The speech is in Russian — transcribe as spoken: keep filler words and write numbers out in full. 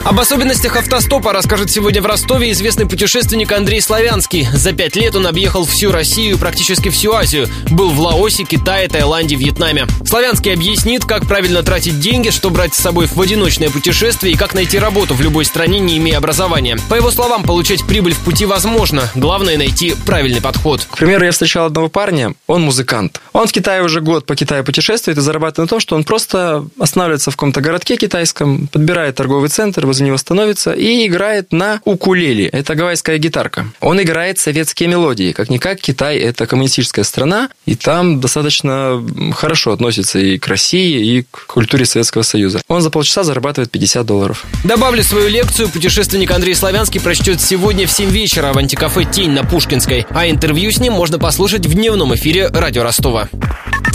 Об особенностях автостопа расскажет сегодня в Ростове известный путешественник Андрей Славянский. За пять лет он объехал всю Россию и практически всю Азию. Был в Лаосе, Китае, Таиланде, Вьетнаме. Славянский объяснит, как правильно тратить деньги, что брать с собой в одиночное путешествие и как найти работу в любой стране, не имея образования. По его словам, получать прибыль в пути возможно. Главное — найти правильный подход. К примеру, я встречал одного парня, он музыкант. Он в Китае уже год по Китаю путешествует и зарабатывает на том, что он просто останавливается в каком-то городке китайском, подбирает торговый центр, возле него становится и играет на укулеле. Это гавайская гитарка. Он играет советские мелодии. Как-никак Китай – это коммунистическая страна, и там достаточно хорошо относятся и к России, и к культуре Советского Союза. Он за полчаса зарабатывает пятьдесят долларов. Добавлю, свою лекцию путешественник Андрей Славянский прочтет сегодня в семь вечера в антикафе «Тень» на Пушкинской. А интервью с ним можно послушать в дневном эфире радио Ростова.